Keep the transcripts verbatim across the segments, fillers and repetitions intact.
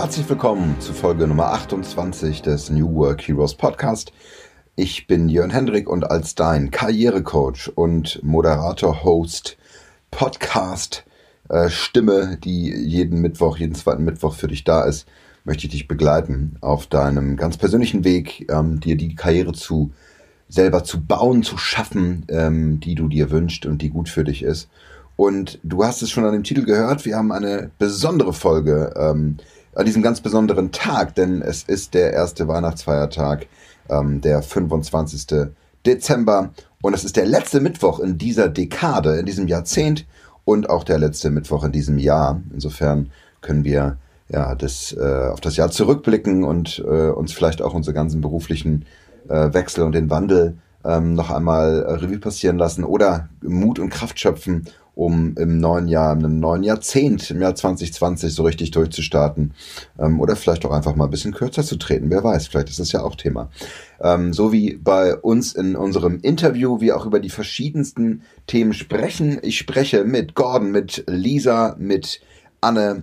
Herzlich willkommen zu Folge Nummer achtundzwanzig des New Work Heroes Podcast. Ich bin Jörn Hendrik und als dein Karrierecoach und Moderator, Host, Podcast, äh, Stimme, die jeden Mittwoch, jeden zweiten Mittwoch für dich da ist, möchte ich dich begleiten auf deinem ganz persönlichen Weg, ähm, dir die Karriere zu selber zu bauen, zu schaffen, ähm, die du dir wünschst und die gut für dich ist. Und du hast es schon an dem Titel gehört, wir haben eine besondere Folge ähm, an diesem ganz besonderen Tag, denn es ist der erste Weihnachtsfeiertag, ähm, der fünfundzwanzigsten Dezember, und es ist der letzte Mittwoch in dieser Dekade, in diesem Jahrzehnt und auch der letzte Mittwoch in diesem Jahr. Insofern können wir ja das äh, auf das Jahr zurückblicken und äh, uns vielleicht auch unsere ganzen beruflichen äh, Wechsel und den Wandel ähm, noch einmal äh, Revue passieren lassen oder Mut und Kraft schöpfen, um im neuen Jahr, in einem neuen Jahrzehnt, im Jahr zwanzig zwanzig so richtig durchzustarten. Ähm, oder vielleicht auch einfach mal ein bisschen kürzer zu treten. Wer weiß, vielleicht ist das ja auch Thema. Ähm, so wie bei uns in unserem Interview, wir auch über die verschiedensten Themen sprechen. Ich spreche mit Gordon, mit Lisa, mit Anne.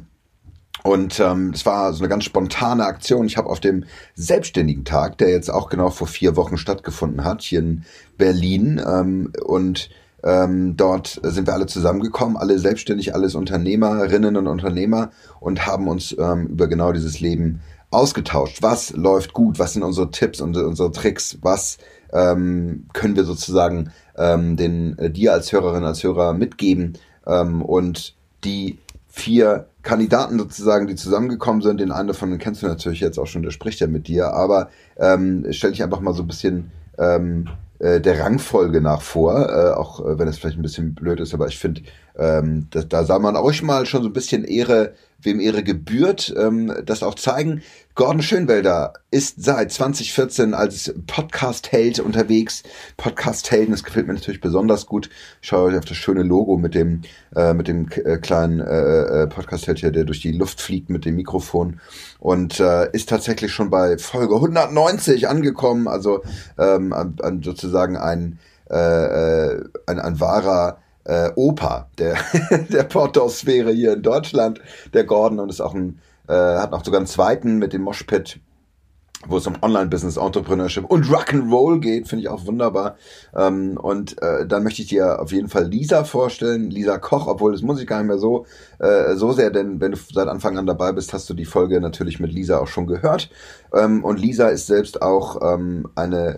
Und ähm, es war so eine ganz spontane Aktion. Ich habe auf dem Selbstständigen Tag, der jetzt auch genau vor vier Wochen stattgefunden hat, hier in Berlin, ähm, und Ähm, dort sind wir alle zusammengekommen, alle selbstständig, alles Unternehmerinnen und Unternehmer, und haben uns ähm, über genau dieses Leben ausgetauscht. Was läuft gut? Was sind unsere Tipps und unsere Tricks? Was ähm, können wir sozusagen ähm, den äh, dir als Hörerin, als Hörer mitgeben? Ähm, und die vier Kandidaten sozusagen, die zusammengekommen sind, den einen davon kennst du natürlich jetzt auch schon, der spricht ja mit dir, aber ähm, stell dich einfach mal so ein bisschen ähm, der Rangfolge nach vor, äh, auch äh, wenn es vielleicht ein bisschen blöd ist, aber ich finde, ähm, da, da sah man euch mal schon so ein bisschen Ehre, wem Ehre gebührt, ähm, das auch zeigen. Gordon Schönwelder ist seit zwanzig vierzehn als Podcast-Held unterwegs. Podcast-Helden, das gefällt mir natürlich besonders gut. Schaut euch auf das schöne Logo mit dem äh, mit dem äh, kleinen äh, Podcast-Held hier, der durch die Luft fliegt mit dem Mikrofon, und äh, ist tatsächlich schon bei Folge hundertneunzig angekommen, also ähm, an, an sozusagen ein, äh, ein, ein wahrer Äh, Opa der der Porto-Sphäre hier in Deutschland, der Gordon, und ist auch ein äh, hat noch sogar einen zweiten mit dem Moshpit, wo es um Online-Business, Entrepreneurship und Rock'n'Roll geht, finde ich auch wunderbar. Ähm, und äh, dann möchte ich dir auf jeden Fall Lisa vorstellen, Lisa Koch, obwohl das muss ich gar nicht mehr so äh, so sehr, denn wenn du seit Anfang an dabei bist, hast du die Folge natürlich mit Lisa auch schon gehört. Ähm, und Lisa ist selbst auch ähm, eine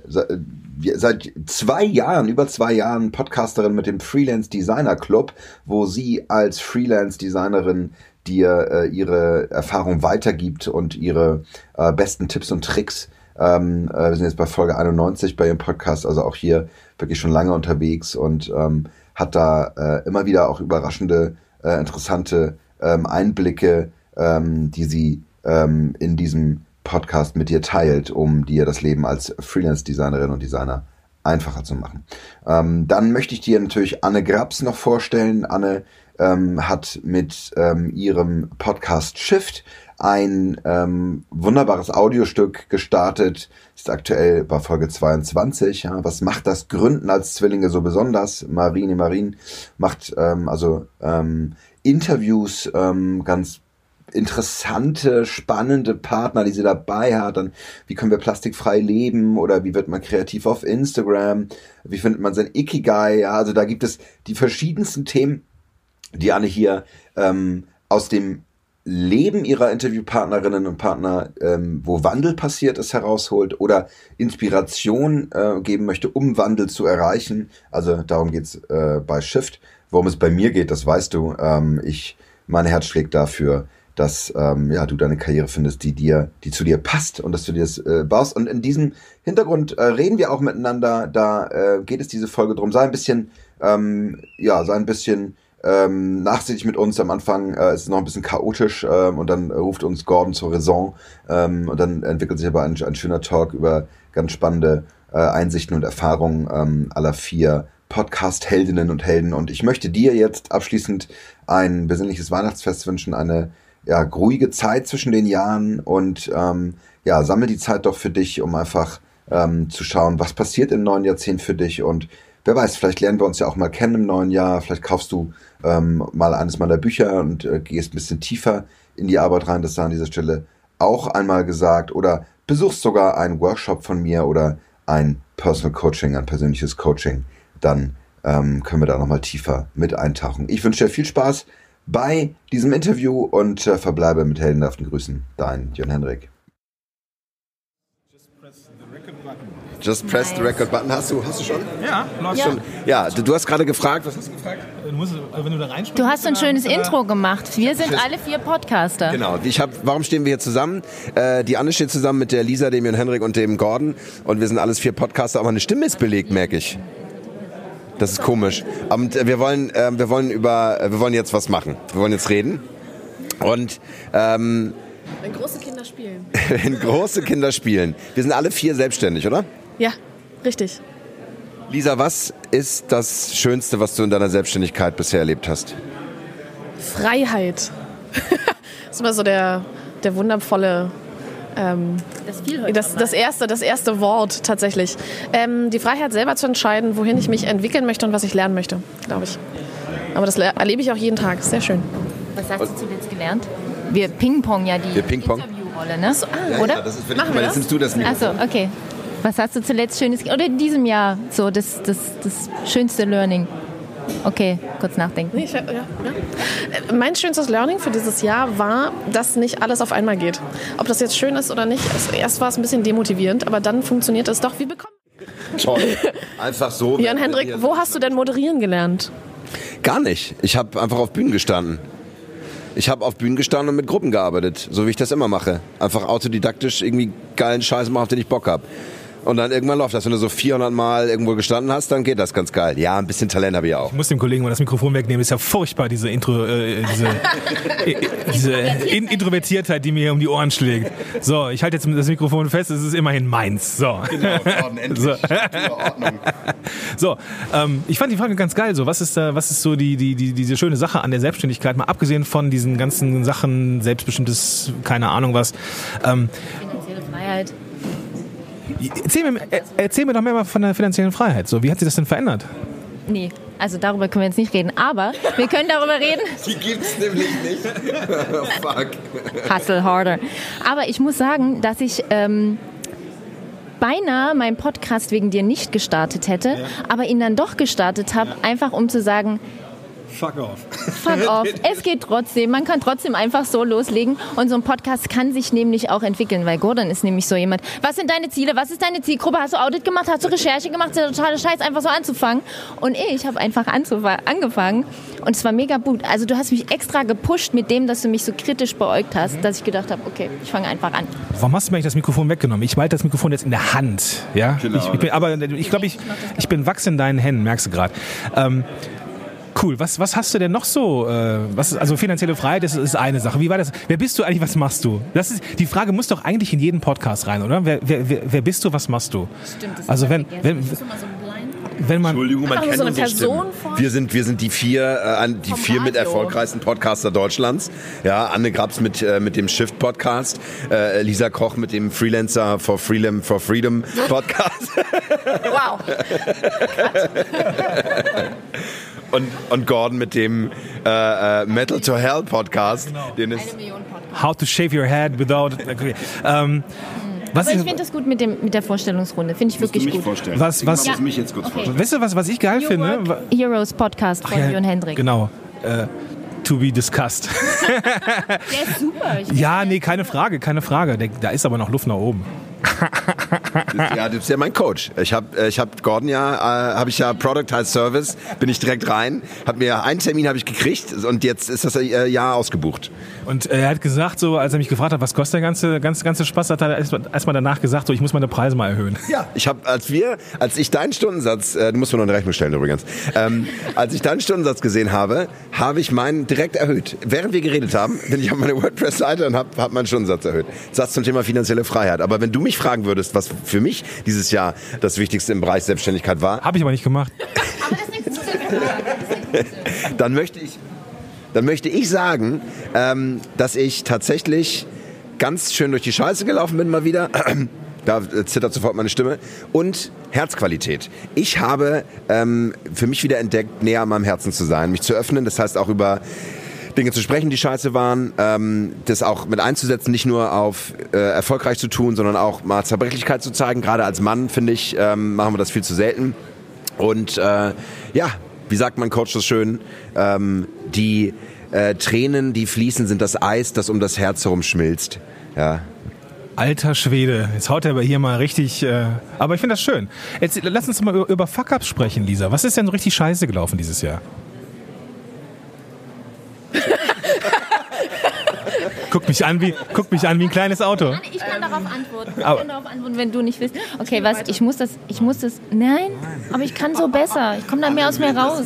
seit zwei Jahren, über zwei Jahren Podcasterin mit dem Freelance Designer Club, wo sie als Freelance Designerin dir äh, ihre Erfahrung weitergibt und ihre äh, besten Tipps und Tricks. Ähm, äh, wir sind jetzt bei Folge einundneunzig bei ihrem Podcast, also auch hier wirklich schon lange unterwegs, und ähm, hat da äh, immer wieder auch überraschende, äh, interessante ähm, Einblicke, ähm, die sie ähm, in diesem Podcast mit dir teilt, um dir das Leben als Freelance-Designerin und Designer einfacher zu machen. Ähm, dann möchte ich dir natürlich Anne Grabs noch vorstellen. Anne ähm, hat mit ähm, ihrem Podcast Shift ein ähm, wunderbares Audiostück gestartet, ist aktuell bei Folge zweiundzwanzig. Ja. Was macht das Gründen als Zwillinge so besonders? Marine Marin macht ähm, also ähm, Interviews, ähm, ganz interessante, spannende Partner, die sie dabei hat. Dann, wie können wir plastikfrei leben, oder wie wird man kreativ auf Instagram? Wie findet man sein Ikigai? Ja, also da gibt es die verschiedensten Themen, die Anne hier ähm, aus dem Leben ihrer Interviewpartnerinnen und Partner, ähm, wo Wandel passiert ist, herausholt oder Inspiration äh, geben möchte, um Wandel zu erreichen. Also darum geht's äh, bei Shift. Worum es bei mir geht, das weißt du. Ähm, ich, mein Herz schlägt dafür, dass ähm, ja, du deine Karriere findest, die dir, die zu dir passt, und dass du dir das äh, baust. Und in diesem Hintergrund äh, reden wir auch miteinander. Da äh, geht es diese Folge drum. Sei ein bisschen, ähm, ja, sei ein bisschen ähm, nachsichtig mit uns. Am Anfang äh, ist es noch ein bisschen chaotisch, ähm, und dann ruft uns Gordon zur Raison, ähm, und dann entwickelt sich aber ein, ein schöner Talk über ganz spannende äh, Einsichten und Erfahrungen ähm, aller vier Podcast-Heldinnen und Helden. Und ich möchte dir jetzt abschließend ein besinnliches Weihnachtsfest wünschen, eine ja, ruhige Zeit zwischen den Jahren, und ähm, ja, sammel die Zeit doch für dich, um einfach ähm, zu schauen, was passiert im neuen Jahrzehnt für dich, und wer weiß, vielleicht lernen wir uns ja auch mal kennen im neuen Jahr, vielleicht kaufst du ähm, mal eines meiner Bücher und äh, gehst ein bisschen tiefer in die Arbeit rein, das sei an dieser Stelle auch einmal gesagt oder besuchst sogar einen Workshop von mir oder ein Personal Coaching, ein persönliches Coaching, dann ähm, können wir da nochmal tiefer mit eintauchen. Ich wünsche dir viel Spaß bei diesem Interview und äh, verbleibe mit heldenhaften Grüßen. Dein Jörn Hendrik. Just press nice. the record button. Hast du, hast du schon? Ja, läuft ja. schon. Ja, du, du hast gerade gefragt. Was hast du gefragt? Du, musst, wenn du, da du hast ein schönes oder? Intro gemacht. Wir sind alle vier Podcaster. Genau. Ich hab, warum stehen wir hier zusammen? Äh, die Anne steht zusammen mit der Lisa, dem Jörn Hendrik und dem Gordon. Und wir sind alles vier Podcaster. Aber eine Stimme ist belegt, merke ich. Das ist komisch. Und äh, wir wollen, äh, wir wollen über, äh, wir wollen jetzt was machen. Wir wollen jetzt reden. Und ähm, wenn große Kinder spielen. Wenn große Kinder spielen. Wir sind alle vier selbstständig, oder? Ja, richtig. Lisa, was ist das Schönste, was du in deiner Selbstständigkeit bisher erlebt hast? Freiheit. Das ist immer so der, der wundervolle... Ähm, das, das, das, erste, das erste Wort tatsächlich. Ähm, die Freiheit selber zu entscheiden, wohin ich mich entwickeln möchte und was ich lernen möchte, glaube ich. Aber das erlebe ich auch jeden Tag. Sehr schön. Was hast du zuletzt gelernt? Wir ping-pong ja die Ping-pong. Interviewrolle, ne? So, ah, ja, oder? Ja, das ist, Machen wir das? Jetzt nimmst du das Mikrofon. Achso, okay. Was hast du zuletzt Schönes, oder in diesem Jahr so das, das, das schönste Learning? Okay, kurz nachdenken. Nee, ich, ja, ja. Mein schönstes Learning für dieses Jahr war, dass nicht alles auf einmal geht. Ob das jetzt schön ist oder nicht, erst war es ein bisschen demotivierend, aber dann funktioniert es doch wie bekommen. Toll. Einfach so. Jörn Hendrik, wo hast du denn moderieren gelernt? Gar nicht. Ich habe einfach auf Bühnen gestanden. Ich habe auf Bühnen gestanden und mit Gruppen gearbeitet, so wie ich das immer mache. Einfach autodidaktisch irgendwie geilen Scheiß machen, auf den ich Bock habe. Und dann irgendwann läuft das. Wenn du so vierhundert Mal irgendwo gestanden hast, dann geht das ganz geil. Ja, ein bisschen Talent habe ich auch. Ich muss dem Kollegen mal das Mikrofon wegnehmen. Das ist ja furchtbar, diese, Intro, äh, diese, äh, diese in- Introvertiertheit, die mir hier um die Ohren schlägt. So, ich halte jetzt das Mikrofon fest. Es ist immerhin meins. So. Genau, Ordnung, endlich. So, Ordnung. so ähm, ich fand die Frage ganz geil. So, was ist, äh, was ist so die, die, die, diese schöne Sache an der Selbstständigkeit? Mal abgesehen von diesen ganzen Sachen, selbstbestimmtes, keine Ahnung was. Ähm, Finanzielle Freiheit. Erzähl mir, erzähl mir doch mehr mal von der finanziellen Freiheit. So, wie hat sich das denn verändert? Nee, also darüber können wir jetzt nicht reden. Aber wir können darüber reden. Die gibt's nämlich nicht. Oh, fuck. Hustle harder. Aber ich muss sagen, dass ich ähm, beinahe meinen Podcast wegen dir nicht gestartet hätte, ja. aber ihn dann doch gestartet habe, ja. einfach um zu sagen... Fuck off. Fuck off. Es geht trotzdem. Man kann trotzdem einfach so loslegen. Und so ein Podcast kann sich nämlich auch entwickeln, weil Gordon ist nämlich so jemand. Was sind deine Ziele? Was ist deine Zielgruppe? Hast du Audit gemacht? Hast du Recherche gemacht? Das ist der totale Scheiß, einfach so anzufangen. Und ich habe einfach anzufa- angefangen. Und es war mega gut. Also du hast mich extra gepusht mit dem, dass du mich so kritisch beäugt hast, dass ich gedacht habe, okay, ich fange einfach an. Warum hast du mir eigentlich das Mikrofon weggenommen? Ich halte das Mikrofon jetzt in der Hand. Ja? Genau. Ich, ich bin, aber ich glaube, ich, ich bin Wachs in deinen Händen, merkst du gerade. Ähm, Cool. Was, was hast du denn noch so? Äh, was ist, also finanzielle Freiheit ist, ist eine Sache. Wie war das? Wer bist du eigentlich? Was machst du? Das ist, die Frage muss doch eigentlich in jeden Podcast rein, oder? Wer, wer, wer, wer bist du? Was machst du? Stimmt. Das also wenn, wenn, wenn man Entschuldigung, man Ach, kennt so eine unsere Person Stimmen. Wir sind, wir sind die vier, äh, die Vom vier mit Radio. erfolgreichsten Podcaster Deutschlands. Ja, Anne Grabs mit, äh, mit dem Shift Podcast, äh, Lisa Koch mit dem Freelancer for Freedom, for Freedom Podcast. Wow. Und, und Gordon mit dem äh, äh, Metal to Hell Podcast. Genau. Den ist Eine Million Podcasts. How to shave your head without... Okay. Ähm, was Aber ich ist, finde das gut mit, dem, mit der Vorstellungsrunde. Finde ich wirklich gut. vorstellen. Was- was- Ich mich jetzt kurz Okay. vorstellen. weißt du, was, was ich geil New finde? Work Heroes Podcast von Ja, Jörn Hendrik. Genau. Äh, to be discussed. Der ist super. Ich Ja, nee, keine Frage, keine Frage. Der, da ist aber noch Luft nach oben. Ja, das ist ja mein Coach. Ich habe ich hab Gordon ja, äh, habe ich ja Product als Service, bin ich direkt rein, hab mir einen Termin habe ich gekriegt und jetzt ist das äh, Jahr ausgebucht. Und er hat gesagt, so, als er mich gefragt hat, was kostet der ganze, ganze, ganze Spaß, hat er erstmal danach gesagt, so, ich muss meine Preise mal erhöhen. Ja, ich habe, als wir, als ich deinen Stundensatz, äh, du musst mir noch eine Rechnung stellen übrigens, ähm, als ich deinen Stundensatz gesehen habe, habe ich meinen direkt erhöht. Während wir geredet haben, bin ich auf meine WordPress-Seite und habe hab meinen Stundensatz erhöht. Satz zum Thema finanzielle Freiheit. Aber wenn du mich fragen würdest, was für mich dieses Jahr das Wichtigste im Bereich Selbstständigkeit war, Habe ich aber nicht gemacht. Aber das ist nicht so. dann möchte ich, dann möchte ich sagen, ähm, dass ich tatsächlich ganz schön durch die Scheiße gelaufen bin mal wieder. Da zittert sofort meine Stimme. Und Herzqualität. Ich habe ähm, für mich wieder entdeckt, näher an meinem Herzen zu sein, mich zu öffnen. Das heißt auch über Dinge zu sprechen, die scheiße waren, ähm, das auch mit einzusetzen, nicht nur auf äh, erfolgreich zu tun, sondern auch mal Zerbrechlichkeit zu zeigen. Gerade als Mann, finde ich, ähm, machen wir das viel zu selten. Und äh, ja, wie sagt mein Coach das schön, ähm, die äh, Tränen, die fließen, sind das Eis, das um das Herz herum schmilzt. Ja. Alter Schwede, jetzt haut er aber hier mal richtig, äh, aber ich finde das schön. Jetzt lass uns mal über, über Fuck-Ups sprechen, Lisa. Was ist denn so richtig scheiße gelaufen dieses Jahr? Guck mich an wie, guck mich an wie ein kleines Auto. Ich kann darauf antworten. Ich kann darauf antworten, wenn du nicht willst. Okay, was? Ich muss das, ich muss das, nein, aber ich kann so besser. Ich komme da mehr aus mir raus.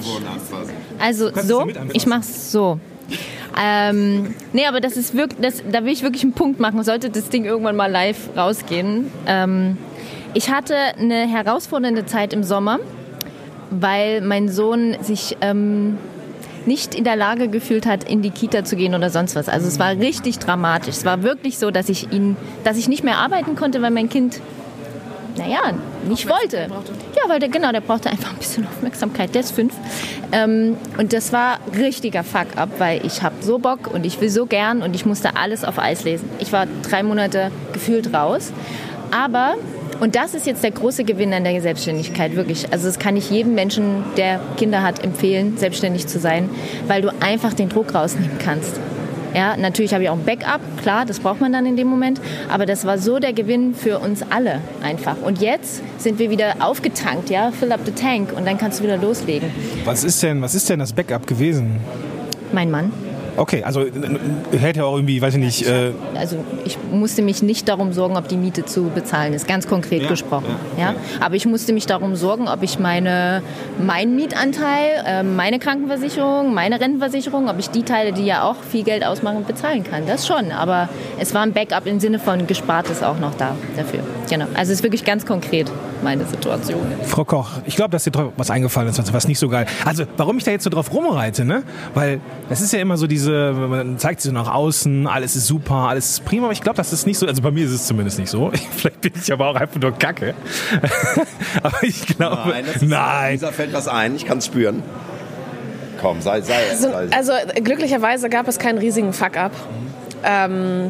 Also so, ich mach's so. Ähm, nee, aber das ist wirklich, das, da will ich wirklich einen Punkt machen. Sollte das Ding irgendwann mal live rausgehen. Ähm, ich hatte eine herausfordernde Zeit im Sommer, weil mein Sohn sich ähm, nicht in der Lage gefühlt hat, in die Kita zu gehen oder sonst was. Also es war richtig dramatisch. Es war wirklich so, dass ich ihn, dass ich nicht mehr arbeiten konnte, weil mein Kind, naja, nicht wollte. Ja, weil der, genau, der brauchte einfach ein bisschen Aufmerksamkeit. Der ist fünf. Ähm, und das war richtiger Fuck-up, weil ich habe so Bock und ich will so gern und ich musste alles auf Eis lesen. Ich war drei Monate gefühlt raus. Aber, und das ist jetzt der große Gewinn an der Selbstständigkeit, wirklich. Also das kann ich jedem Menschen, der Kinder hat, empfehlen, selbstständig zu sein, weil du einfach den Druck rausnehmen kannst. Ja, natürlich habe ich auch ein Backup, klar, das braucht man dann in dem Moment. Aber das war so der Gewinn für uns alle einfach. Und jetzt sind wir wieder aufgetankt, ja, fill up the tank und dann kannst du wieder loslegen. Was ist denn, was ist denn das Backup gewesen? Mein Mann. Okay, also hält ja auch irgendwie, weiß ich nicht... Äh also ich musste mich nicht darum sorgen, ob die Miete zu bezahlen ist, ganz konkret ja, gesprochen. Ja, ja. Aber ich musste mich darum sorgen, ob ich meine, meinen Mietanteil, äh, meine Krankenversicherung, meine Rentenversicherung, ob ich die Teile, die ja auch viel Geld ausmachen, bezahlen kann. Das schon, aber es war ein Backup im Sinne von Gespartes auch noch da dafür. Genau. Also es ist wirklich ganz konkret meine Situation. Frau Koch, ich glaube, dass dir was eingefallen ist, was nicht so geil. Also warum ich da jetzt so drauf rumreite, ne? Weil es ist ja immer so diese, man zeigt sich so nach außen, alles ist super, alles ist prima, aber ich glaube, das ist nicht so, also bei mir ist es zumindest nicht so. Vielleicht bin ich aber auch einfach nur Kacke. Aber ich glaube, nein, das ist, nein. Dieser fällt was ein, ich kann es spüren. Komm, sei, sei, also, sei. Also glücklicherweise gab es keinen riesigen Fuck-up. Ähm,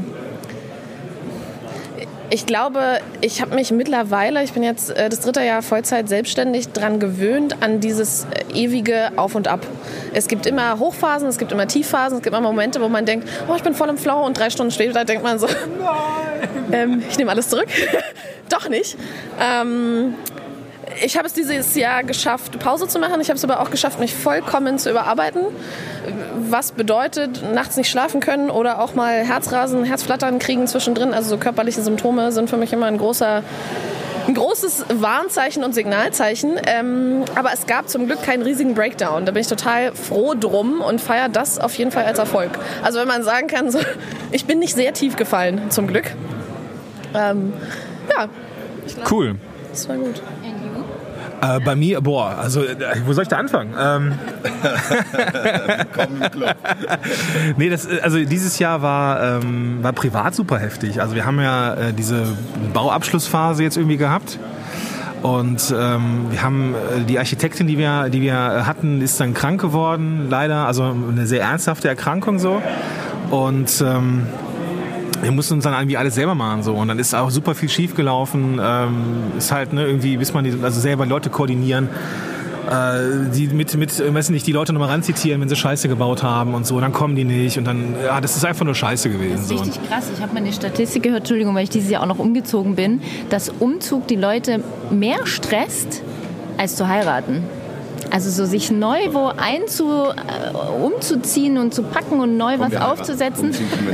Ich glaube, ich habe mich mittlerweile, ich bin jetzt äh, das dritte Jahr Vollzeit selbstständig, dran gewöhnt an dieses äh, ewige Auf und Ab. Es gibt immer Hochphasen, es gibt immer Tiefphasen, es gibt immer Momente, wo man denkt, oh, ich bin voll im Flow und drei Stunden später denkt man so, nein, ähm, ich nehme alles zurück. Doch nicht. Ähm, ich habe es dieses Jahr geschafft, Pause zu machen. Ich habe es aber auch geschafft, mich vollkommen zu überarbeiten. Was bedeutet, nachts nicht schlafen können oder auch mal Herzrasen, Herzflattern kriegen zwischendrin. Also so körperliche Symptome sind für mich immer ein großer, ein großes Warnzeichen und Signalzeichen. Ähm, aber es gab zum Glück keinen riesigen Breakdown. Da bin ich total froh drum und feiere das auf jeden Fall als Erfolg. Also wenn man sagen kann, so, ich bin nicht sehr tief gefallen, zum Glück. Ähm, ja. Ich glaub, cool. Das war gut. Äh, bei mir, boah, also äh, wo soll ich da anfangen? Ähm, Komm im Club. nee, das, also dieses Jahr war, ähm, war privat super heftig. Also wir haben ja äh, diese Bauabschlussphase jetzt irgendwie gehabt. Und ähm, wir haben äh, die Architektin, die wir, die wir hatten, ist dann krank geworden, leider. Also eine sehr ernsthafte Erkrankung so. Und ähm, wir mussten uns dann irgendwie alles selber machen so und dann ist auch super viel schief gelaufen. Ähm, ist halt ne, irgendwie, bis man die, also selber Leute koordinieren, äh, die mit, mit, weiß nicht, die Leute nochmal ranzitieren, wenn sie Scheiße gebaut haben und so, und dann kommen die nicht und dann, ja, das ist einfach nur Scheiße gewesen. Das ist richtig so krass. Ich habe mal eine Statistik gehört, Entschuldigung, weil ich dieses Jahr auch noch umgezogen bin, dass Umzug die Leute mehr stresst, als zu heiraten. Also so sich neu wo einzu, äh, umzuziehen und zu packen und neu was aufzusetzen.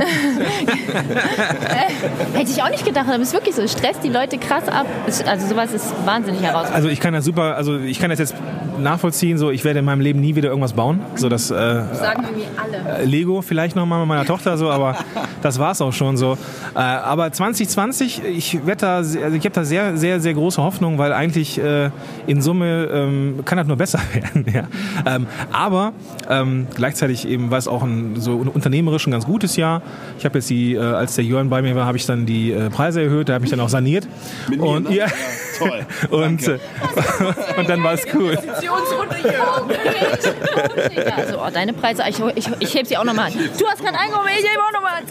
äh, hätte ich auch nicht gedacht, aber es ist wirklich so. Es stresst die Leute krass ab. Also sowas ist wahnsinnig herausfordernd. Also ich kann das super, also ich kann das jetzt nachvollziehen, so ich werde in meinem Leben nie wieder irgendwas bauen. So das, äh, sagen irgendwie alle. Lego vielleicht nochmal mit meiner Tochter so, aber das war's auch schon so. Äh, aber zwanzig zwanzig, ich werde da, also ich habe da sehr, sehr, sehr große Hoffnung, weil eigentlich äh, in Summe ähm, kann das nur besser werden. Ja. Ähm, aber ähm, gleichzeitig eben war es auch ein so unternehmerisch ein ganz gutes Jahr. Ich habe jetzt die, äh, als der Jörn bei mir war, habe ich dann die äh, Preise erhöht, da habe ich dann auch saniert. Mit und mir, ne? ja. Toll. und, äh, und dann war es cool. Also, oh, deine Preise, ich, ich, ich heb sie auch nochmal an. Du hast gerade eingehoben, ich heb auch nochmal an.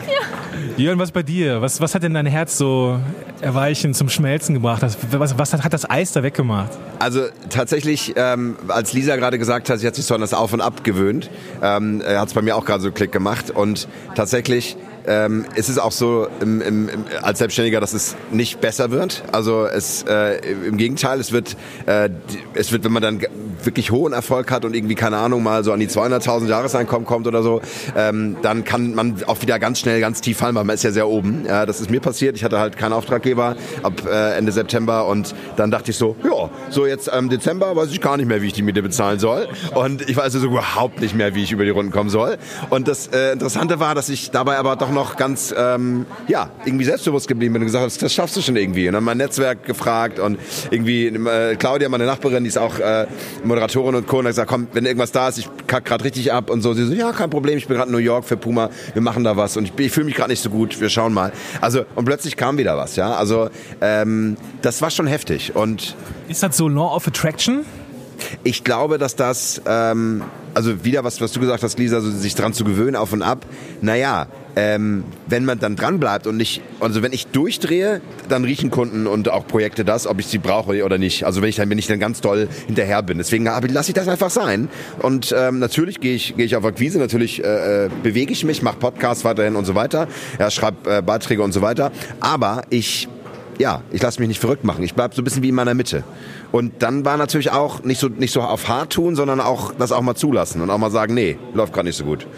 Ja. Jörn, was bei dir? Was, was hat denn dein Herz so erweichen, zum Schmelzen gebracht? Was, was hat, hat das Eis da weggemacht? Also tatsächlich, ähm, als Lisa gerade gesagt hat, sie hat sich so an das Auf und Ab gewöhnt, ähm, hat es bei mir auch gerade so einen Klick gemacht. Und tatsächlich ähm, ist es auch so im, im, im, als Selbstständiger, dass es nicht besser wird. Also es äh, im Gegenteil, es wird, äh, es wird, wenn man dann wirklich hohen Erfolg hat und irgendwie, keine Ahnung, mal so an die zweihunderttausend Jahreseinkommen kommt oder so, ähm, dann kann man auch wieder ganz schnell ganz tief fallen, weil man ist ja sehr oben. Ja, das ist mir passiert. Ich hatte halt keinen Auftraggeber ab äh, Ende September und dann dachte ich so, ja, so jetzt im ähm, Dezember weiß ich gar nicht mehr, wie ich die Miete bezahlen soll. Und ich weiß also überhaupt nicht mehr, wie ich über die Runden kommen soll. Und das äh, Interessante war, dass ich dabei aber doch noch ganz, ähm, ja, irgendwie selbstbewusst geblieben bin und gesagt habe, das schaffst du schon irgendwie. Und dann mein Netzwerk gefragt und irgendwie äh, Claudia, meine Nachbarin, die ist auch äh, Moderatorin und Co. und hat gesagt, komm, wenn irgendwas da ist, ich kack gerade richtig ab und so. Sie so, ja, kein Problem, ich bin gerade in New York für Puma, wir machen da was und ich, ich fühle mich gerade nicht so gut, wir schauen mal. Also, und plötzlich kam wieder was, ja. Also, ähm, das war schon heftig. Und ist das so Law of Attraction? ich glaube, dass das, ähm, also wieder was, was du gesagt hast, Lisa, so sich dran zu gewöhnen, auf und ab. Naja, ähm, wenn man dann dran bleibt und nicht, also wenn ich durchdrehe, dann riechen Kunden und auch Projekte das, ob ich sie brauche oder nicht. Also wenn ich dann, wenn ich dann ganz doll hinterher bin. Deswegen lasse ich das einfach sein. Und ähm, natürlich gehe ich, gehe ich auf Akquise, natürlich äh, bewege ich mich, mache Podcasts weiterhin und so weiter, ja, schreibe äh, Beiträge und so weiter. Aber ich Ja, ich lasse mich nicht verrückt machen. Ich bleibe so ein bisschen wie in meiner Mitte. Und dann war natürlich auch nicht so, nicht so auf hart tun, sondern auch das auch mal zulassen und auch mal sagen, nee, läuft gerade nicht so gut.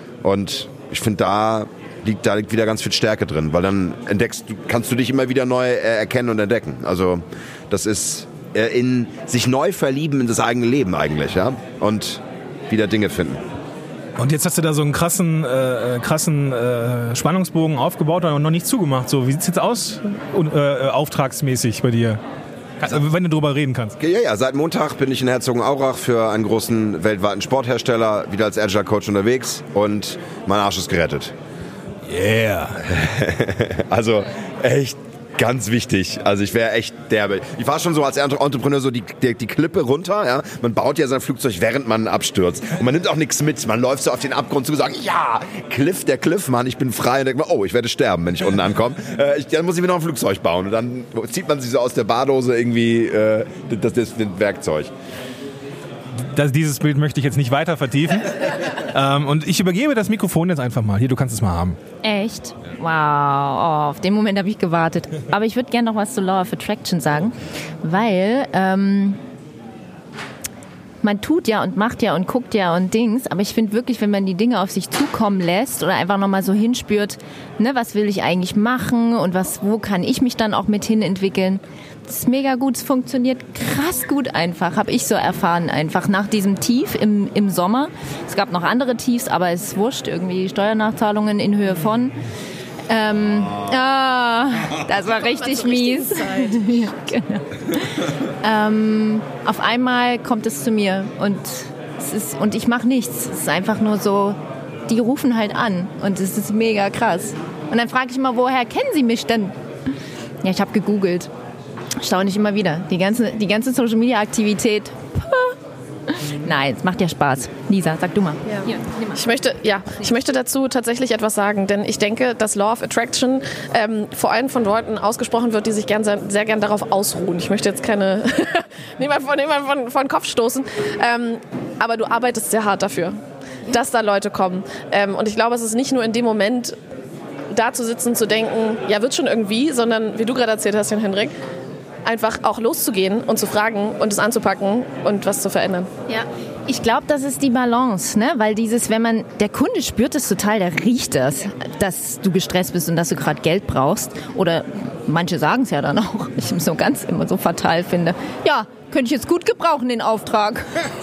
Und ich finde, da liegt, da liegt wieder ganz viel Stärke drin, weil dann entdeckst, kannst du dich immer wieder neu äh, erkennen und entdecken. Also das ist äh, in sich neu verlieben in das eigene Leben eigentlich, ja, und wieder Dinge finden. Und jetzt hast du da so einen krassen, äh, krassen äh, Spannungsbogen aufgebaut und noch nicht zugemacht. So, wie sieht's jetzt aus, äh, auftragsmäßig bei dir? Also, wenn du drüber reden kannst. Ja, ja, seit Montag bin ich in Herzogenaurach für einen großen weltweiten Sporthersteller wieder als Agile Coach unterwegs und mein Arsch ist gerettet. Yeah. Also echt ganz wichtig. Also ich wäre echt derbe. Ich war schon so als Entrepreneur so die, die, die Klippe runter. Ja? Man baut ja sein Flugzeug, während man abstürzt. Und man nimmt auch nichts mit. Man läuft so auf den Abgrund zu und sagt, ja, Cliff, der Cliff, Mann, ich bin frei. Und denkt man, oh, ich werde sterben, wenn ich unten ankomme. Äh, ich, dann muss ich mir noch ein Flugzeug bauen. Und dann zieht man sich so aus der Bardose irgendwie äh, das, das, das Werkzeug. Das, dieses Bild möchte ich jetzt nicht weiter vertiefen. ähm, und ich übergebe das Mikrofon jetzt einfach mal. Hier, du kannst es mal haben. Echt? Wow, oh, auf den Moment habe ich gewartet. Aber ich würde gerne noch was zu Law of Attraction sagen, weil ähm, man tut ja und macht ja und guckt ja und Dings, aber ich finde wirklich, wenn man die Dinge auf sich zukommen lässt oder einfach nochmal so hinspürt, ne, was will ich eigentlich machen und was, wo kann ich mich dann auch mit hin entwickeln, das ist mega gut, es funktioniert krass gut einfach, habe ich so erfahren, einfach nach diesem Tief im, im Sommer. Es gab noch andere Tiefs, aber es ist wurscht, irgendwie Steuernachzahlungen in Höhe von. Ähm, ah, das war richtig mies. Ja, genau. ähm, auf einmal kommt es zu mir und, es ist, und ich mache nichts. Es ist einfach nur so, die rufen halt an und es ist mega krass. Und dann frage ich immer, woher kennen sie mich denn? Ja, ich habe gegoogelt. Staune ich immer wieder. Die ganze, die ganze Social-Media-Aktivität. Nein, es macht ja Spaß. Lisa, sag du mal. Ja. Hier, ich, möchte, ja, ich möchte dazu tatsächlich etwas sagen, denn ich denke, dass Law of Attraction ähm, vor allem von Leuten ausgesprochen wird, die sich gern, sehr, sehr gern darauf ausruhen. Ich möchte jetzt keine niemand von, niemand von, von den Kopf stoßen, ähm, aber du arbeitest sehr hart dafür, dass da Leute kommen. Ähm, und ich glaube, es ist nicht nur in dem Moment, da zu sitzen, zu denken, ja, wird schon irgendwie, sondern, wie du gerade erzählt hast, Jan Hendrik, einfach auch loszugehen und zu fragen und es anzupacken und was zu verändern. Ja, ich glaube, das ist die Balance, ne? Weil dieses, wenn man, der Kunde spürt es total, der riecht das, dass du gestresst bist und dass du gerade Geld brauchst. Oder manche sagen es ja dann auch, ich es so ganz immer so fatal finde. Ja, könnte ich jetzt gut gebrauchen, den Auftrag.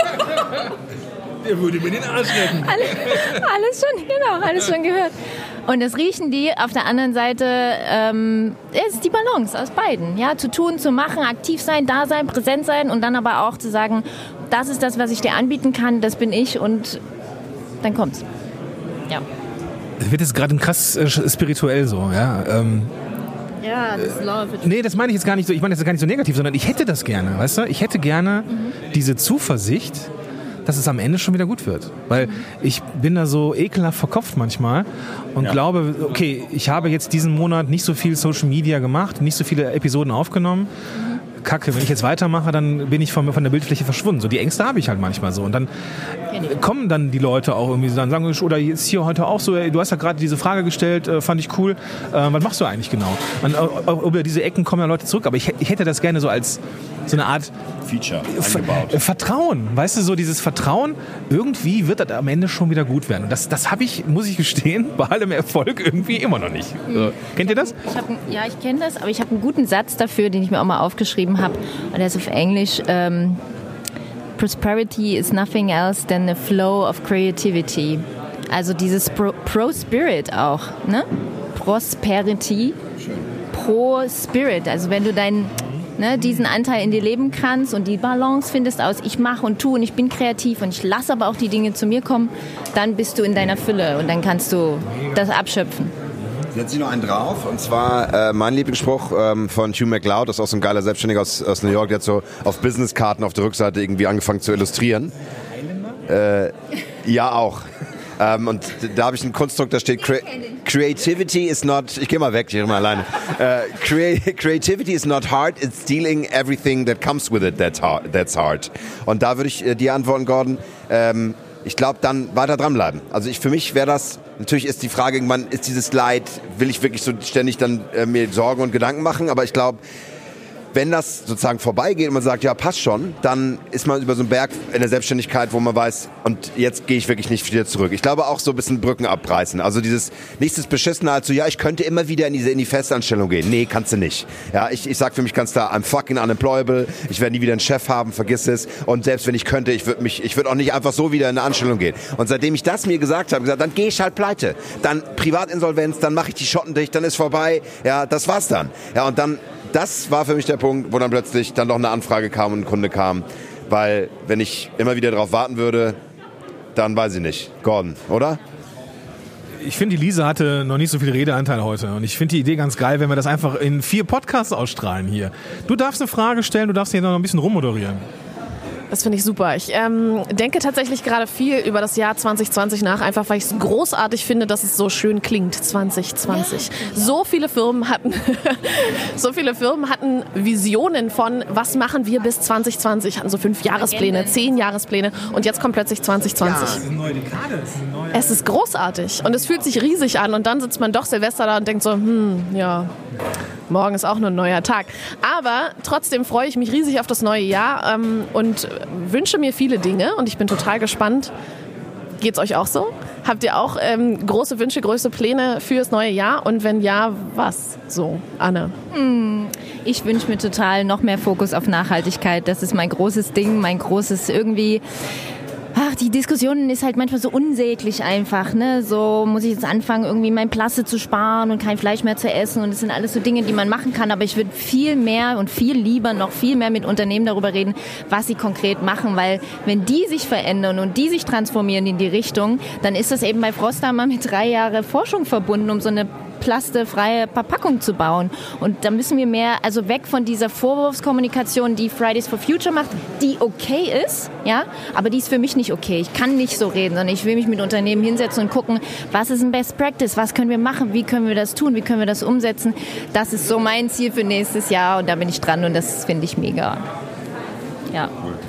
Der würde mir den Arsch retten. Alles, alles schon, genau, alles schon gehört. Und das riechen die. Auf der anderen Seite ähm, ist die Balance aus beiden. Ja, zu tun, zu machen, aktiv sein, da sein, präsent sein und dann aber auch zu sagen, das ist das, was ich dir anbieten kann, das bin ich und dann kommt's. Ja. Es wird jetzt gerade krass äh, spirituell so, ja. Ähm, Ja, das Love. Nee, das meine ich jetzt gar nicht so, ich meine das gar nicht so negativ, sondern ich hätte das gerne, weißt du? Ich hätte gerne mhm. diese Zuversicht, dass es am Ende schon wieder gut wird. Weil mhm. ich bin da so ekelhaft verkopft manchmal und ja. glaube, okay, ich habe jetzt diesen Monat nicht so viel Social Media gemacht, nicht so viele Episoden aufgenommen. Mhm. Kacke, wenn ich jetzt weitermache, dann bin ich von, von der Bildfläche verschwunden. So, die Ängste habe ich halt manchmal so. Und dann kommen dann die Leute auch irgendwie so, dann sagen, oder jetzt hier heute auch so, ey, du hast ja gerade diese Frage gestellt, äh, fand ich cool, äh, was machst du eigentlich genau? Und äh, über diese Ecken kommen ja Leute zurück, aber ich, ich hätte das gerne so als so eine Art Feature eingebaut. Vertrauen, weißt du, so dieses Vertrauen, irgendwie wird das am Ende schon wieder gut werden. Und das, das habe ich, muss ich gestehen, bei allem Erfolg irgendwie immer noch nicht. So. Kennt ihr das? Ich hab, ja, ich kenne das, aber ich habe einen guten Satz dafür, den ich mir auch mal aufgeschrieben habe. Und der ist auf Englisch. Ähm, Prosperity is nothing else than the flow of creativity. Also dieses Pro, Pro Spirit auch, ne? Prosperity, Pro Spirit. Also wenn du deinen Ne, diesen Anteil in dir leben kannst und die Balance findest aus, ich mache und tue und ich bin kreativ und ich lasse aber auch die Dinge zu mir kommen, dann bist du in deiner Fülle und dann kannst du das abschöpfen. Jetzt noch einen drauf, und zwar äh, mein Lieblingsspruch ähm, von Hugh MacLeod, das ist auch so ein geiler Selbstständiger aus, aus New York, der hat so auf Businesskarten auf der Rückseite irgendwie angefangen zu illustrieren. Äh, ja, auch. Ähm, und da habe ich ein Konstrukt, da steht Cre- Creativity is not, ich gehe mal weg, ich gehe mal alleine. Uh, crea- creativity is not hard, it's dealing everything that comes with it that's hard. That's hard. Und da würde ich äh, dir antworten, Gordon, ähm, ich glaube, dann weiter dranbleiben. Also ich, für mich wäre das, natürlich ist die Frage irgendwann, ist dieses Leid, will ich wirklich so ständig dann äh, mir Sorgen und Gedanken machen, aber ich glaube, wenn das sozusagen vorbeigeht und man sagt, ja, passt schon, dann ist man über so einen Berg in der Selbstständigkeit, wo man weiß, und jetzt gehe ich wirklich nicht wieder zurück. Ich glaube auch so ein bisschen Brücken abreißen. Also dieses, nichts Beschissener als so, ja, ich könnte immer wieder in diese in die Festanstellung gehen. Nee, kannst du nicht. Ja, ich, ich sag für mich ganz klar, I'm fucking unemployable. Ich werde nie wieder einen Chef haben, vergiss es. Und selbst wenn ich könnte, ich würde mich, ich würde auch nicht einfach so wieder in eine Anstellung gehen. Und seitdem ich das mir gesagt habe, gesagt, dann gehe ich halt pleite. Dann Privatinsolvenz, dann mache ich die Schotten dicht, dann ist vorbei. Ja, das war's dann. Ja, und dann das war für mich der Punkt, wo dann plötzlich dann doch eine Anfrage kam und ein Kunde kam. Weil, wenn ich immer wieder darauf warten würde, dann weiß ich nicht. Gordon, oder? Ich finde, die Lisa hatte noch nicht so viel Redeanteil heute. Und ich finde die Idee ganz geil, wenn wir das einfach in vier Podcasts ausstrahlen hier. Du darfst eine Frage stellen, du darfst hier noch ein bisschen rummoderieren. Das finde ich super. Ich ähm, denke tatsächlich gerade viel über das Jahr zwanzig zwanzig nach, einfach weil ich es großartig finde, dass es so schön klingt, zwanzig zwanzig. So viele Firmen hatten, so viele Firmen hatten Visionen von, was machen wir bis zwanzig zwanzig, hatten so fünf Jahrespläne, zehn Jahrespläne und jetzt kommt plötzlich zwanzig zwanzig. Ja, eine neue Dekade. Es ist großartig und es fühlt sich riesig an und dann sitzt man doch Silvester da und denkt so, hm, ja, morgen ist auch nur ein neuer Tag. Aber trotzdem freue ich mich riesig auf das neue Jahr ähm, und wünsche mir viele Dinge und ich bin total gespannt. Geht's euch auch so? Habt ihr auch ähm, große Wünsche, große Pläne fürs neue Jahr? Und wenn ja, was so, Anne? Ich wünsche mir total noch mehr Fokus auf Nachhaltigkeit. Das ist mein großes Ding, mein großes irgendwie... Ach, die Diskussion ist halt manchmal so unsäglich einfach, ne? So muss ich jetzt anfangen, irgendwie mein Plaste zu sparen und kein Fleisch mehr zu essen. Und das sind alles so Dinge, die man machen kann. Aber ich würde viel mehr und viel lieber noch viel mehr mit Unternehmen darüber reden, was sie konkret machen. Weil wenn die sich verändern und die sich transformieren in die Richtung, dann ist das eben bei Frosthammer mit drei Jahren Forschung verbunden, um so eine plastefreie Verpackung zu bauen. Und da müssen wir mehr, also weg von dieser Vorwurfskommunikation, die Fridays for Future macht, die okay ist, ja, aber die ist für mich nicht okay. Ich kann nicht so reden, sondern ich will mich mit Unternehmen hinsetzen und gucken, was ist ein Best Practice, was können wir machen, wie können wir das tun, wie können wir das umsetzen. Das ist so mein Ziel für nächstes Jahr und da bin ich dran und das finde ich mega. Ja.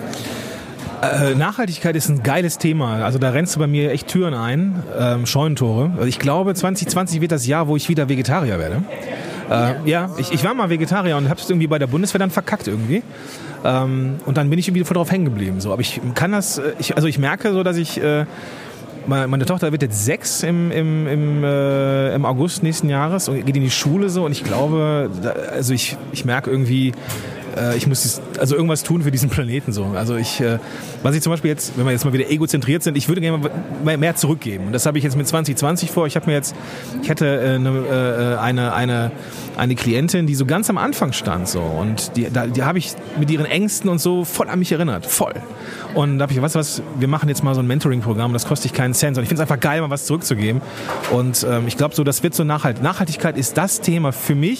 Äh, Nachhaltigkeit ist ein geiles Thema. Also da rennst du bei mir echt Türen ein, ähm, Scheunentore. Also ich glaube, zwanzig zwanzig wird das Jahr, wo ich wieder Vegetarier werde. Äh, ja, ich, ich war mal Vegetarier und habe es irgendwie bei der Bundeswehr dann verkackt irgendwie. Ähm, und dann bin ich irgendwie voll drauf hängen geblieben. So. Aber ich kann das, ich, also ich merke so, dass ich, äh, meine Tochter wird jetzt sechs im, im, im, äh, im August nächsten Jahres und geht in die Schule so. Und ich glaube, also ich, ich merke irgendwie, ich muss also irgendwas tun für diesen Planeten so. Also ich, was ich zum Beispiel jetzt, wenn wir jetzt mal wieder egozentriert sind, ich würde gerne mal mehr zurückgeben. Und das habe ich jetzt mit zwanzig zwanzig vor. Ich habe mir jetzt, ich hatte eine, eine, eine, eine Klientin, die so ganz am Anfang stand so und die, da, die habe ich mit ihren Ängsten und so voll an mich erinnert, voll. Und da habe ich, weißt du was, wir machen jetzt mal so ein Mentoring-Programm, das kostet dich keinen Cent. Und ich finde es einfach geil, mal was zurückzugeben. Und ähm, ich glaube so, das wird so nachhaltig. Nachhaltigkeit ist das Thema für mich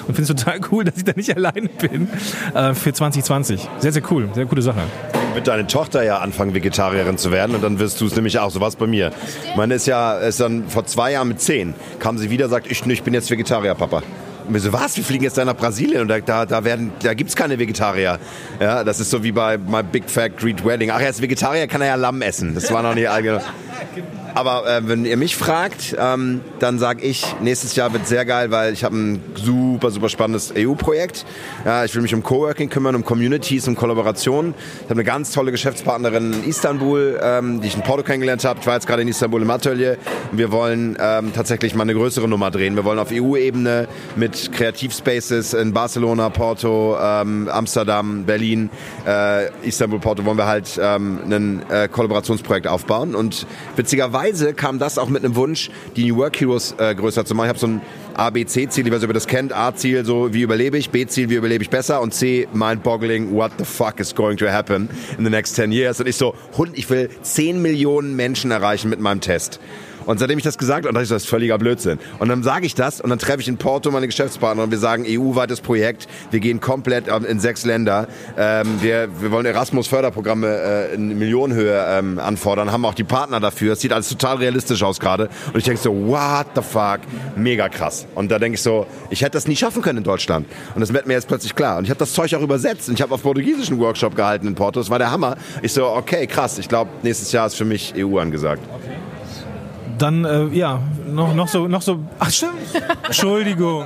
und finde es total cool, dass ich da nicht alleine bin äh, für zwanzig zwanzig. Sehr, sehr cool. Sehr coole Sache. Wird deine Tochter ja anfangen, Vegetarierin zu werden und dann wirst du es nämlich auch. So was bei mir. Meine ist ja, ist dann vor zwei Jahren mit zehn, kam sie wieder, sagt, ich, ich bin jetzt Vegetarier, Papa. Und wir so, was? Wir fliegen jetzt da nach Brasilien und da, da, da, werden, da gibt's keine Vegetarier. Ja, das ist so wie bei My Big Fat Greek Wedding. Ach, er ist Vegetarier, kann er ja Lamm essen. Das war noch nicht allgemein. Aber äh, wenn ihr mich fragt, ähm, dann sage ich, nächstes Jahr wird sehr geil, weil ich habe ein super, super spannendes E U-Projekt. Ja, ich will mich um Coworking kümmern, um Communities, um Kollaborationen. Ich habe eine ganz tolle Geschäftspartnerin in Istanbul, ähm, die ich in Porto kennengelernt habe. Ich war jetzt gerade in Istanbul im Atelier. Und wir wollen ähm, tatsächlich mal eine größere Nummer drehen. Wir wollen auf E U-Ebene mit Kreativspaces in Barcelona, Porto, ähm, Amsterdam, Berlin, äh, Istanbul, Porto, wollen wir halt ähm, ein äh, Kollaborationsprojekt aufbauen. Und witzigerweise kam das auch mit einem Wunsch, die New Work Heroes äh, größer zu machen. Ich habe so ein A B C Ziel, ich weiß nicht, ob ihr das kennt. A-Ziel, so wie überlebe ich, B-Ziel, wie überlebe ich besser und C, mind-boggling, what the fuck is going to happen in the next ten years. Und ich so, Hund, ich will zehn Millionen Menschen erreichen mit meinem Test. Und seitdem ich das gesagt habe, dachte ich, das ist völliger Blödsinn. Und dann sage ich das und dann treffe ich in Porto meine Geschäftspartner und wir sagen, E U-weites Projekt, wir gehen komplett in sechs Länder. Ähm, wir, wir wollen Erasmus-Förderprogramme äh, in Millionenhöhe ähm, anfordern, haben auch die Partner dafür. Es sieht alles total realistisch aus gerade. Und ich denke so, what the fuck, mega krass. Und da denke ich so, ich hätte das nie schaffen können in Deutschland. Und das wird mir jetzt plötzlich klar. Und ich habe das Zeug auch übersetzt und ich habe auf Portugiesisch einen Workshop gehalten in Porto. Das war der Hammer. Ich so, okay, krass. Ich glaube, nächstes Jahr ist für mich E U angesagt. Okay. Dann, äh, ja, noch, noch so, noch so, ach stimmt, Entschuldigung.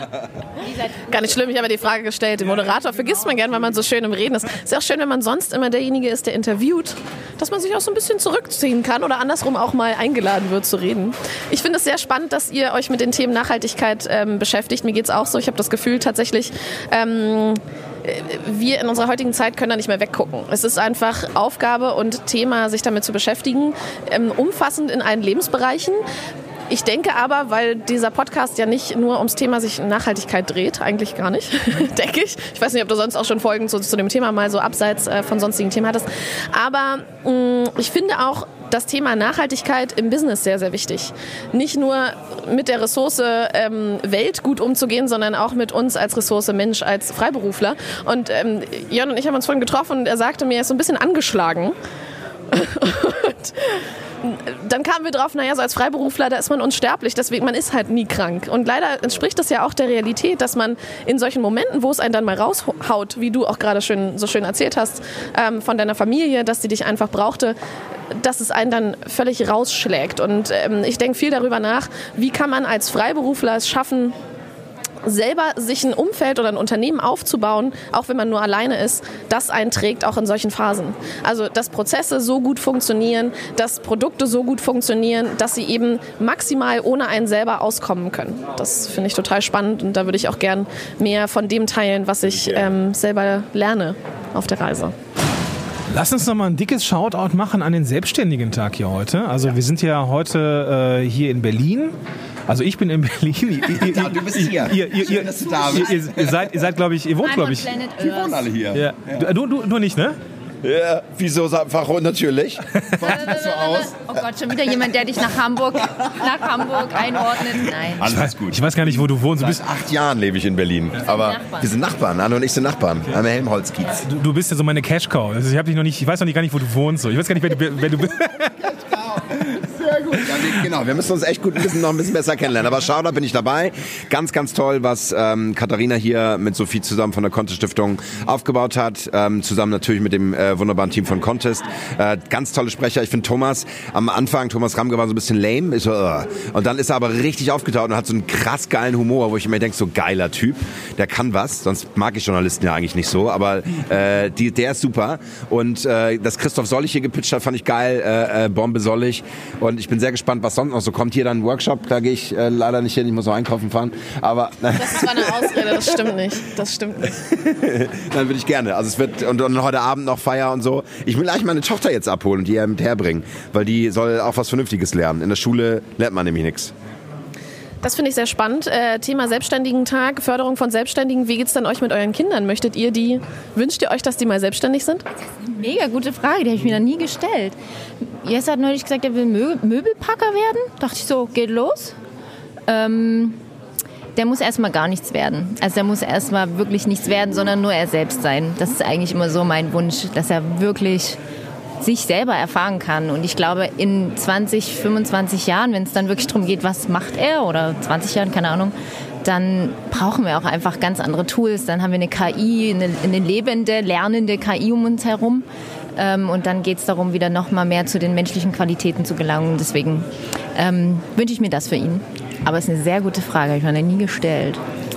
Gar nicht schlimm, ich habe die Frage gestellt. Den Moderator vergisst man gern, weil man so schön im Reden ist. Ist ja auch schön, wenn man sonst immer derjenige ist, der interviewt, dass man sich auch so ein bisschen zurückziehen kann oder andersrum auch mal eingeladen wird zu reden. Ich finde es sehr spannend, dass ihr euch mit den Themen Nachhaltigkeit ähm, beschäftigt. Mir geht es auch so. Ich habe das Gefühl tatsächlich, ähm, wir in unserer heutigen Zeit können da nicht mehr weggucken. Es ist einfach Aufgabe und Thema, sich damit zu beschäftigen, ähm, umfassend in allen Lebensbereichen. Ich denke aber, weil dieser Podcast ja nicht nur ums Thema sich Nachhaltigkeit dreht, eigentlich gar nicht, denke ich. Ich weiß nicht, ob du sonst auch schon Folgen zu, zu dem Thema mal so abseits äh, von sonstigen Themen hattest. Aber mh, ich finde auch das Thema Nachhaltigkeit im Business sehr, sehr wichtig. Nicht nur mit der Ressource ähm, Welt gut umzugehen, sondern auch mit uns als Ressource Mensch, als Freiberufler. Und ähm, Jörn und ich haben uns vorhin getroffen und er sagte mir, er ist so ein bisschen angeschlagen. Und dann kamen wir drauf, naja, so als Freiberufler, da ist man unsterblich, deswegen, man ist halt nie krank. Und leider entspricht das ja auch der Realität, dass man in solchen Momenten, wo es einen dann mal raushaut, wie du auch gerade schön, so schön erzählt hast, ähm, von deiner Familie, dass sie dich einfach brauchte, dass es einen dann völlig rausschlägt. Und ähm, ich denke viel darüber nach, wie kann man als Freiberufler es schaffen, selber sich ein Umfeld oder ein Unternehmen aufzubauen, auch wenn man nur alleine ist, das einen trägt, auch in solchen Phasen. Also, dass Prozesse so gut funktionieren, dass Produkte so gut funktionieren, dass sie eben maximal ohne einen selber auskommen können. Das finde ich total spannend und da würde ich auch gern mehr von dem teilen, was ich ähm, selber lerne auf der Reise. Lass uns noch mal ein dickes Shoutout machen an den Selbstständigen-Tag hier heute. Also ja. Wir sind ja heute äh, hier in Berlin. Also ich bin in Berlin. Ihr, ja, du bist hier. Ihr, ihr, Schön, ihr, dass du da bist. Ihr, ihr seid, ihr seid glaube ich, ihr wohnt, glaube ich. Wir wohnen alle hier. Ja. Ja. Du, du, du nicht, ne? Ja, wieso einfach natürlich? Sieht das so aus? Oh Gott, schon wieder jemand, der dich nach Hamburg, nach Hamburg einordnet. Nein. Alles gut. Ich weiß gar nicht, wo du wohnst. Du bist Seit acht Jahren lebe ich in Berlin. Aber wir sind Nachbarn. Anne und ich sind Nachbarn. Am Helmholtz-Kiez. Du, du bist ja so meine Cash-Cow. Also ich, hab dich noch nicht, ich weiß noch nicht gar nicht, wo du wohnst. So. Ich weiß gar nicht, wer du, wer du bist. Sehr gut. Ja, wir, genau, wir müssen uns echt gut ein bisschen, noch ein bisschen besser kennenlernen. Aber schau, da bin ich dabei. Ganz, ganz toll, was ähm, Katharina hier mit Sophie zusammen von der Contest-Stiftung aufgebaut hat. Ähm, zusammen natürlich mit dem äh, wunderbaren Team von Contest. Äh, ganz tolle Sprecher. Ich finde Thomas am Anfang, Thomas Ramge war so ein bisschen lame. Ich so, uh. Und dann ist er aber richtig aufgetaucht und hat so einen krass geilen Humor, wo ich mir denke, so geiler Typ. Der kann was. Sonst mag ich Journalisten ja eigentlich nicht so. Aber äh, die, der ist super. Und äh, dass Christoph Sollich hier gepitcht hat, fand ich geil. Äh, äh, Bombe Sollich. Und ich bin sehr gespannt, was sonst noch so kommt. Hier dann ein Workshop, da gehe ich äh, leider nicht hin, ich muss noch einkaufen fahren. Aber das ist eine Ausrede, das stimmt nicht. Das stimmt nicht. Dann würde ich gerne. Also es wird und, und heute Abend noch Feier und so. Ich will eigentlich meine Tochter jetzt abholen und die hier mit herbringen, weil die soll auch was Vernünftiges lernen. In der Schule lernt man nämlich nichts. Das finde ich sehr spannend. Äh, Thema Selbstständigen-Tag, Förderung von Selbstständigen. Wie geht's denn euch mit euren Kindern? Möchtet ihr die, wünscht ihr euch, dass die mal selbstständig sind? Das ist eine mega gute Frage, die habe ich mir noch nie gestellt. Jess hat neulich gesagt, er will Mö- Möbelpacker werden. Dachte ich so, geht los. Ähm, der muss erstmal gar nichts werden. Also der muss erstmal wirklich nichts werden, sondern nur er selbst sein. Das ist eigentlich immer so mein Wunsch, dass er wirklich sich selber erfahren kann. Und ich glaube, in zwanzig, fünfundzwanzig Jahren, wenn es dann wirklich darum geht, was macht er, oder zwanzig Jahren, keine Ahnung, dann brauchen wir auch einfach ganz andere Tools. Dann haben wir eine K I, eine, eine lebende, lernende K I um uns herum. Ähm, und dann geht es darum, wieder noch mal mehr zu den menschlichen Qualitäten zu gelangen. Deswegen ähm, wünsche ich mir das für ihn. Aber es ist eine sehr gute Frage, habe ich mir noch nie gestellt.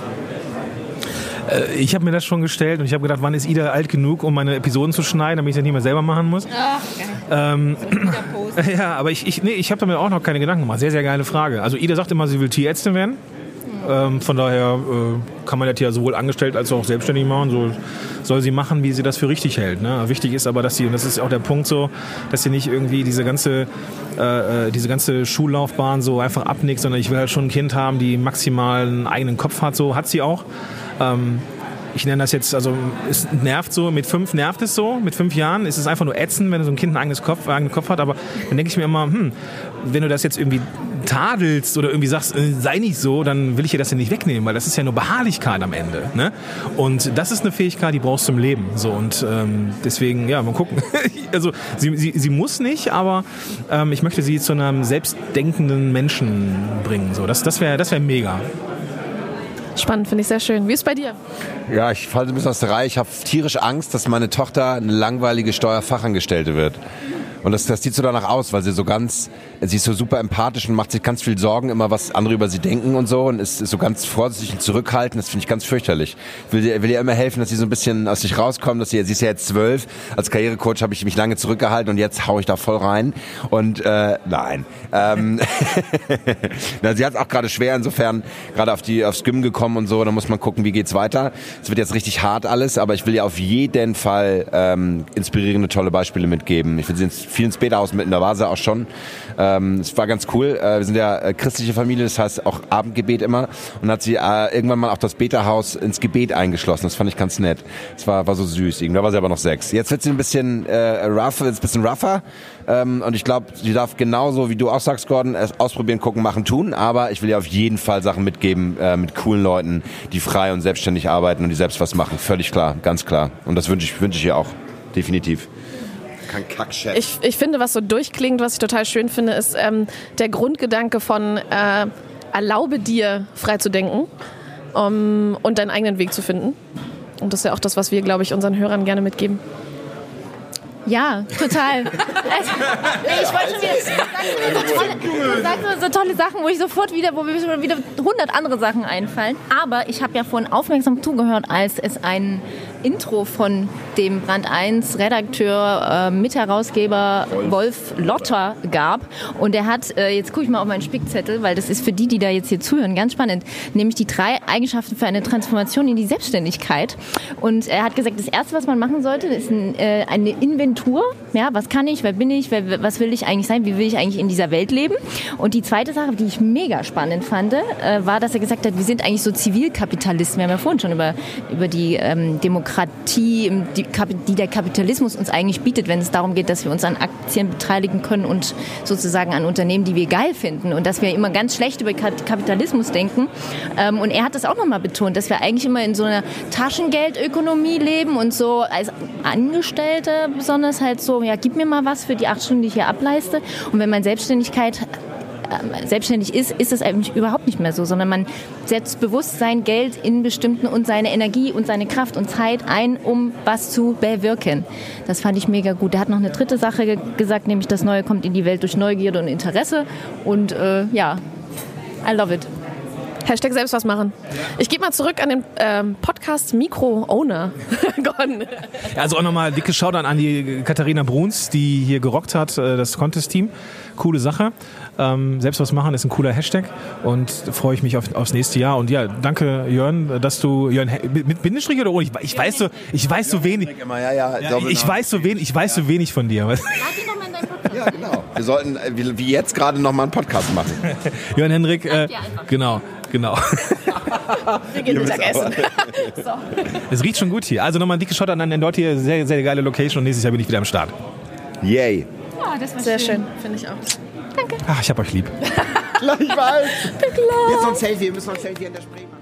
Ich habe mir das schon gestellt und ich habe gedacht, wann ist Ida alt genug, um meine Episoden zu schneiden, damit ich das nicht mehr selber machen muss. Ach, geil. Ähm, ja, aber ich, ich, nee, ich habe damit auch noch keine Gedanken gemacht. Sehr, sehr geile Frage. Also Ida sagt immer, sie will Tierärztin werden. Ähm, von daher äh, kann man das ja sowohl angestellt als auch selbstständig machen. So soll sie machen, wie sie das für richtig hält. Ne? Wichtig ist aber, dass sie, und das ist auch der Punkt so, dass sie nicht irgendwie diese ganze, äh, diese ganze Schullaufbahn so einfach abnickt, sondern ich will halt schon ein Kind haben, die maximal einen eigenen Kopf hat. So hat sie auch. Ähm, ich nenne das jetzt, also es nervt so, mit fünf nervt es so, mit fünf Jahren ist es einfach nur ätzend, wenn so ein Kind ein eigenes Kopf, einen eigenen Kopf hat, aber dann denke ich mir immer, hm, wenn du das jetzt irgendwie tadelst oder irgendwie sagst, äh, sei nicht so, dann will ich dir das ja nicht wegnehmen, weil das ist ja nur Beharrlichkeit am Ende. Ne? Und das ist eine Fähigkeit, die brauchst du im Leben. So, und ähm, deswegen, ja, mal gucken. Also sie, sie, sie muss nicht, aber ähm, ich möchte sie zu einem selbstdenkenden Menschen bringen. So, das das wäre das wär mega. Spannend, finde ich sehr schön. Wie ist es bei dir? Ja, ich falle ein bisschen aus der Reihe. Ich habe tierisch Angst, dass meine Tochter eine langweilige Steuerfachangestellte wird. Und das, das sieht so danach aus, weil sie so ganz, sie ist so super empathisch und macht sich ganz viel Sorgen immer, was andere über sie denken und so, und ist, ist so ganz vorsichtig und zurückhaltend. Das finde ich ganz fürchterlich. Ich will, ihr- will ihr immer helfen, dass sie so ein bisschen aus sich rauskommt, dass sie, sie ist ja jetzt zwölf. Als Karrierecoach habe ich mich lange zurückgehalten und jetzt hau ich da voll rein. Und äh, nein. Ähm, Na, sie hat es auch gerade schwer, insofern gerade auf die aufs Gym gekommen und so. Da muss man gucken, wie geht's weiter. Es wird jetzt richtig hart alles, aber ich will ihr auf jeden Fall ähm, inspirierende, tolle Beispiele mitgeben. Ich will sie ins, viel ins Beta-Haus mit, da war sie auch schon. Ähm, es war ganz cool. Äh, wir sind ja äh, christliche Familie, das heißt auch Abendgebet immer. Und hat sie äh, irgendwann mal auch das Beta-Haus ins Gebet eingeschlossen. Das fand ich ganz nett. Das war, war so süß. Da war sie aber noch sechs. Jetzt wird sie ein bisschen äh, rough, jetzt ein bisschen rougher. Ähm, und ich glaube, sie darf genauso, wie du auch sagst, Gordon, es ausprobieren, gucken, machen, tun. Aber ich will ihr auf jeden Fall Sachen mitgeben äh, mit coolen Leuten, die frei und selbstständig arbeiten und die selbst was machen. Völlig klar, ganz klar. Und das wünsche ich, wünsche ich ihr auch. Definitiv. Kein Kackchef. Ich, ich finde, was so durchklingt, was ich total schön finde, ist ähm, der Grundgedanke von äh, erlaube dir, frei zu denken, um, und deinen eigenen Weg zu finden. Und das ist ja auch das, was wir, glaube ich, unseren Hörern gerne mitgeben. Ja, total. Also, nee, ich wollte schon wieder, du sagst mir so tolle, du sagst mir so tolle Sachen, wo ich sofort wieder, wo mir schon wieder hundert andere Sachen einfallen. Aber ich habe ja vorhin aufmerksam zugehört, als es ein Intro von dem Brand eins Redakteur, äh, Mitherausgeber Wolf Lotter gab. Und er hat, äh, jetzt gucke ich mal auf meinen Spickzettel, weil das ist für die, die da jetzt hier zuhören, ganz spannend, nämlich die drei Eigenschaften für eine Transformation in die Selbstständigkeit. Und er hat gesagt, das Erste, was man machen sollte, ist ein, äh, eine Inventur. Ja, was kann ich, wer bin ich, wer, was will ich eigentlich sein, wie will ich eigentlich in dieser Welt leben? Und die zweite Sache, die ich mega spannend fand, äh, war, dass er gesagt hat, wir sind eigentlich so Zivilkapitalisten. Wir haben ja vorhin schon über, über die ähm, Demokratie, die, die der Kapitalismus uns eigentlich bietet, wenn es darum geht, dass wir uns an Aktien beteiligen können und sozusagen an Unternehmen, die wir geil finden, und dass wir immer ganz schlecht über Kapitalismus denken. Ähm, und er hat das auch nochmal betont, dass wir eigentlich immer in so einer Taschengeldökonomie leben und so als Angestellte besonders halt so, ja, gib mir mal was für die acht Stunden, die ich hier ableiste. Und wenn man Selbstständigkeit selbstständig ist, ist es eigentlich überhaupt nicht mehr so, sondern man setzt bewusst sein Geld in bestimmten und seine Energie und seine Kraft und Zeit ein, um was zu bewirken. Das fand ich mega gut. Er hat noch eine dritte Sache ge- gesagt, nämlich das Neue kommt in die Welt durch Neugierde und Interesse. Und äh, ja, I love it. Hashtag selbst was machen. Ich gebe mal zurück an den ähm, Podcast Mikro-Owner. Gordon. Ja, also auch nochmal dicke Shoutout an die Katharina Bruns, die hier gerockt hat, das Contest-Team. Coole Sache. Ähm, selbst was machen ist ein cooler Hashtag und freue ich mich auf, aufs nächste Jahr. Und ja, danke Jörn, dass du Jörn mit Bindestrich oder ohne? Ich, ich weiß so, ich weiß so wenig. Ja, ja, Ja, ich weiß so wenig, ich weiß so wenig von dir. Ja, genau. Wir sollten wie, wie jetzt gerade noch mal einen Podcast machen. Jörn Hendrik, äh, genau, genau. Wir gehen Mittagessen. So. Es riecht schon gut hier. Also nochmal ein dickes Shoutout an den dort hier. Sehr, sehr geile Location und nächstes Jahr bin ich wieder am Start. Yay. Ja, das war Sehr schön, finde ich auch. Ach, ich hab euch lieb. Gleichfalls. Big Love. Jetzt noch ein Selfie, wir müssen noch ein Selfie an der Spree machen.